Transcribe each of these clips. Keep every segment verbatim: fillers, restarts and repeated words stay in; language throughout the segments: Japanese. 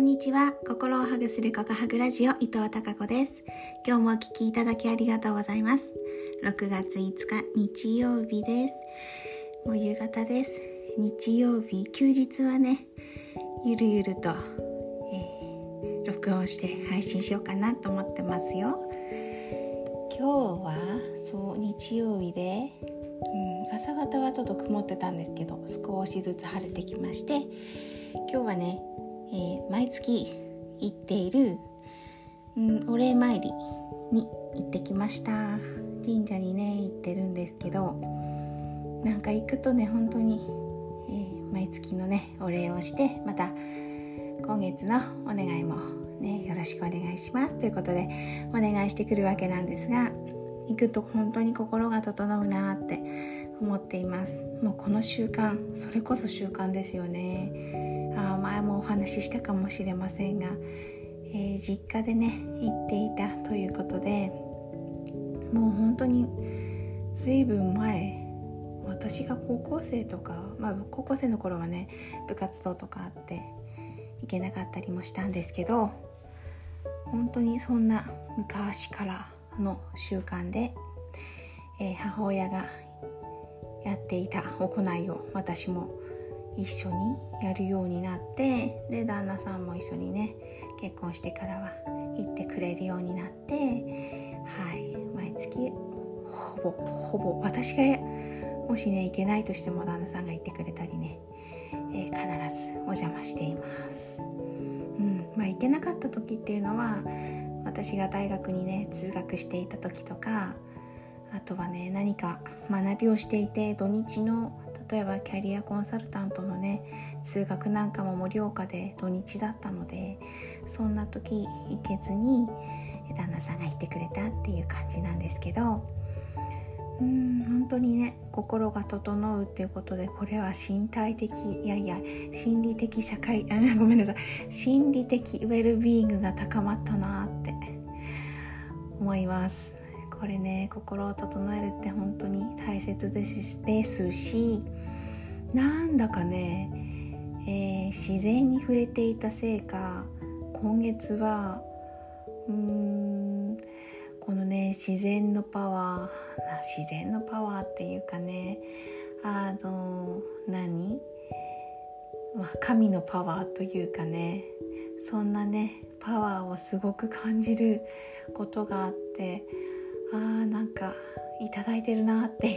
んにちは。心をハグするココハグラジオ、伊藤孝子です。今日もお聞きいただきありがとうございます。ろくがついつか日曜日です。もう夕方です。日曜日、休日はね、ゆるゆると、えー、録音して配信しようかなと思ってますよ。今日はそう日曜日で、うん、朝方はちょっと曇ってたんですけど、少しずつ晴れてきまして、今日はね、えー、毎月行っている、うん、お礼参りに行ってきました。神社にね行ってるんですけど、なんか行くとね本当に、えー、毎月のねお礼をして、また今月のお願いもねよろしくお願いしますということでお願いしてくるわけなんですが、行くと本当に心が整うなって思っています。もうこの習慣、それこそ習慣ですよね。あ前もお話ししたかもしれませんが、えー、実家でね行っていたということで、もう本当にずいぶん前、私が高校生とか、まあ高校生の頃はね部活動とかあって行けなかったりもしたんですけど、本当にそんな昔からの習慣で、えー、母親がやっていた行いを私も一緒にやるようになって、で旦那さんも一緒にね結婚してからは行ってくれるようになって、はい毎月ほぼほぼ私がもしね行けないとしても旦那さんが行ってくれたりね、えー、必ずお邪魔しています。うんまあ行けなかった時っていうのは、私が大学にね通学していた時とか、あとはね何か学びをしていて土日の例えばキャリアコンサルタントのね通学なんかも盛岡で土日だったので、そんな時行けずに旦那さんがいてくれたっていう感じなんですけど、うーん本当にね心が整うっていうことで、これは身体的いやいや心理的社会あごめんなさい心理的ウェルビーイングが高まったなって思います。これね心を整えるって本当に大切ですですし、なんだかね、えー、自然に触れていたせいか、今月はうーんこのね自然のパワー自然のパワーっていうかね、あの何、まあ、神のパワーというかね、そんなねパワーをすごく感じることがあって、あーなんかいただいてるなっていう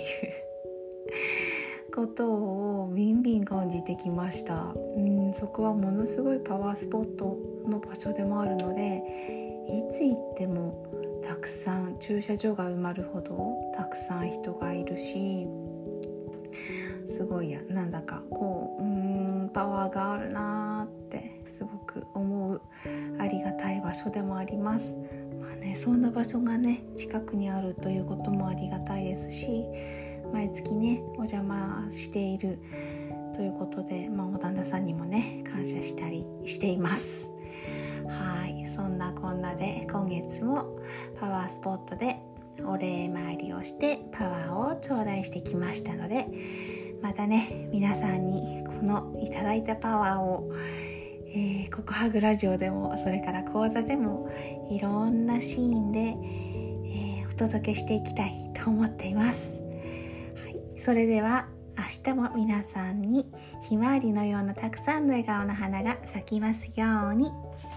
ことをビンビン感じてきました。うんそこはものすごいパワースポットの場所でもあるので、いつ行ってもたくさん駐車場が埋まるほどたくさん人がいるし、すごいやなんだかこう、うーんパワーがあるなってすごく思うありがたい場所でもあります。まあね、そんな場所がね近くにあるということもありがたいですし、毎月ねお邪魔しているということで、まあ、お旦那さんにもね感謝したりしています。はい、そんなこんなで今月もパワースポットでお礼参りをしてパワーを頂戴してきましたので、またね皆さんにこのいただいたパワーを、えー、ココハグラジオでもそれから講座でもいろんなシーンで、えー、お届けしていきたいと思っています。はい、それでは明日も皆さんにひまわりのようなたくさんの笑顔の花が咲きますように。